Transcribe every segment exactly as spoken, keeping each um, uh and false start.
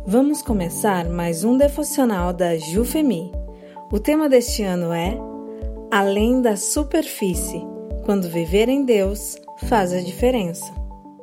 Vamos começar mais um devocional da Jufemi. O tema deste ano é Além da superfície, quando viver em Deus faz a diferença.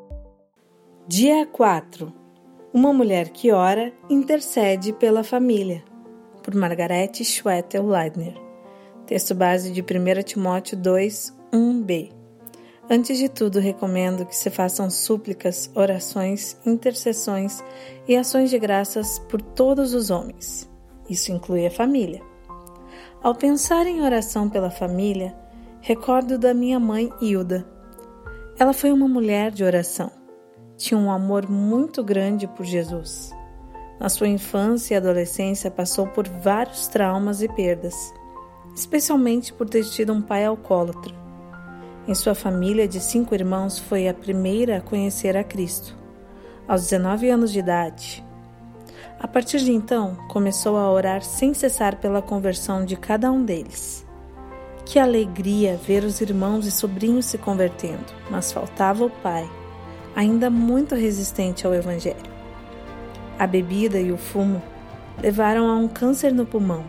Dia quatro. Uma mulher que ora intercede pela família, por Margaret Schwettel-Leitner. Texto base de primeiro Timóteo dois, um b. Antes de tudo, recomendo que se façam súplicas, orações, intercessões e ações de graças por todos os homens. Isso inclui a família. Ao pensar em oração pela família, recordo da minha mãe Hilda. Ela foi uma mulher de oração. Tinha um amor muito grande por Jesus. Na sua infância e adolescência passou por vários traumas e perdas, especialmente por ter tido um pai alcoólatra. Em sua família de cinco irmãos, foi a primeira a conhecer a Cristo, aos dezenove anos de idade. A partir de então, começou a orar sem cessar pela conversão de cada um deles. Que alegria ver os irmãos e sobrinhos se convertendo, mas faltava o pai, ainda muito resistente ao Evangelho. A bebida e o fumo levaram a um câncer no pulmão.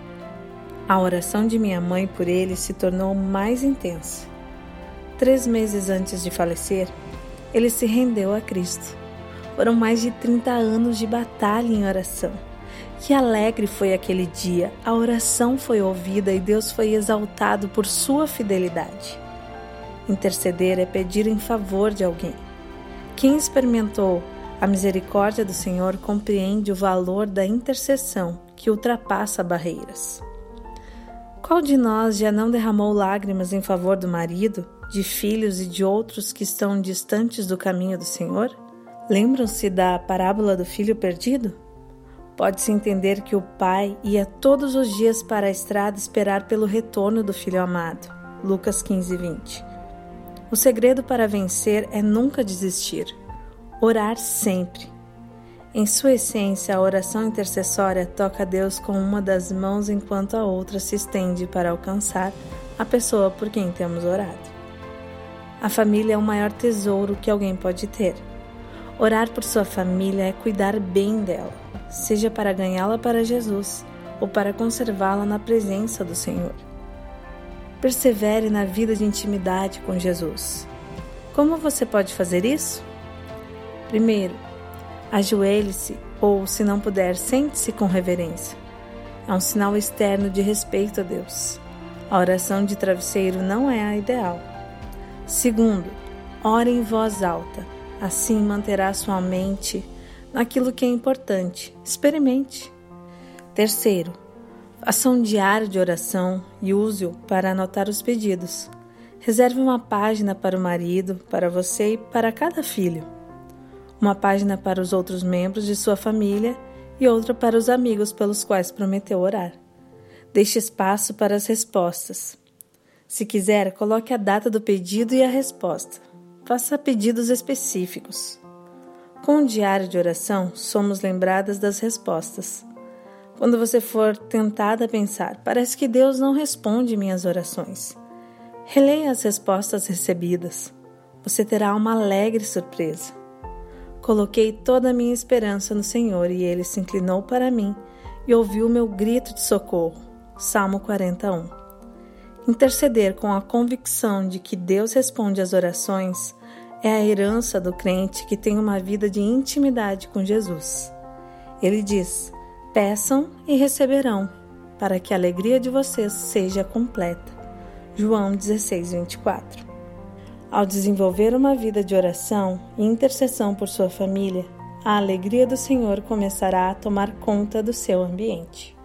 A oração de minha mãe por ele se tornou mais intensa. Três meses antes de falecer, ele se rendeu a Cristo. Foram mais de trinta anos de batalha em oração. Que alegre foi aquele dia! A oração foi ouvida e Deus foi exaltado por sua fidelidade. Interceder é pedir em favor de alguém. Quem experimentou a misericórdia do Senhor compreende o valor da intercessão que ultrapassa barreiras. Qual de nós já não derramou lágrimas em favor do marido, de filhos e de outros que estão distantes do caminho do Senhor? Lembram-se da parábola do filho perdido? Pode-se entender que o pai ia todos os dias para a estrada esperar pelo retorno do filho amado. Lucas quinze, vinte. O segredo para vencer é nunca desistir. Orar sempre. Em sua essência, a oração intercessória toca a Deus com uma das mãos enquanto a outra se estende para alcançar a pessoa por quem temos orado. A família é o maior tesouro que alguém pode ter. Orar por sua família é cuidar bem dela, seja para ganhá-la para Jesus ou para conservá-la na presença do Senhor. Persevere na vida de intimidade com Jesus. Como você pode fazer isso? Primeiro, ajoelhe-se ou, se não puder, sente-se com reverência. É um sinal externo de respeito a Deus. A oração de travesseiro não é a ideal. Segundo, ore em voz alta. Assim manterá sua mente naquilo que é importante. Experimente. Terceiro, faça um diário de oração e use-o para anotar os pedidos. Reserve uma página para o marido, para você e para cada filho. Uma página para os outros membros de sua família e outra para os amigos pelos quais prometeu orar. Deixe espaço para as respostas. Se quiser, coloque a data do pedido e a resposta. Faça pedidos específicos. Com o diário de oração, somos lembradas das respostas. Quando você for tentada a pensar, parece que Deus não responde minhas orações. Releia as respostas recebidas. Você terá uma alegre surpresa. Coloquei toda a minha esperança no Senhor e Ele se inclinou para mim e ouviu o meu grito de socorro. Salmo quarenta e um. Interceder com a convicção de que Deus responde às orações é a herança do crente que tem uma vida de intimidade com Jesus. Ele diz: peçam e receberão, para que a alegria de vocês seja completa. João dezesseis, vinte e quatro. Ao desenvolver uma vida de oração e intercessão por sua família, a alegria do Senhor começará a tomar conta do seu ambiente.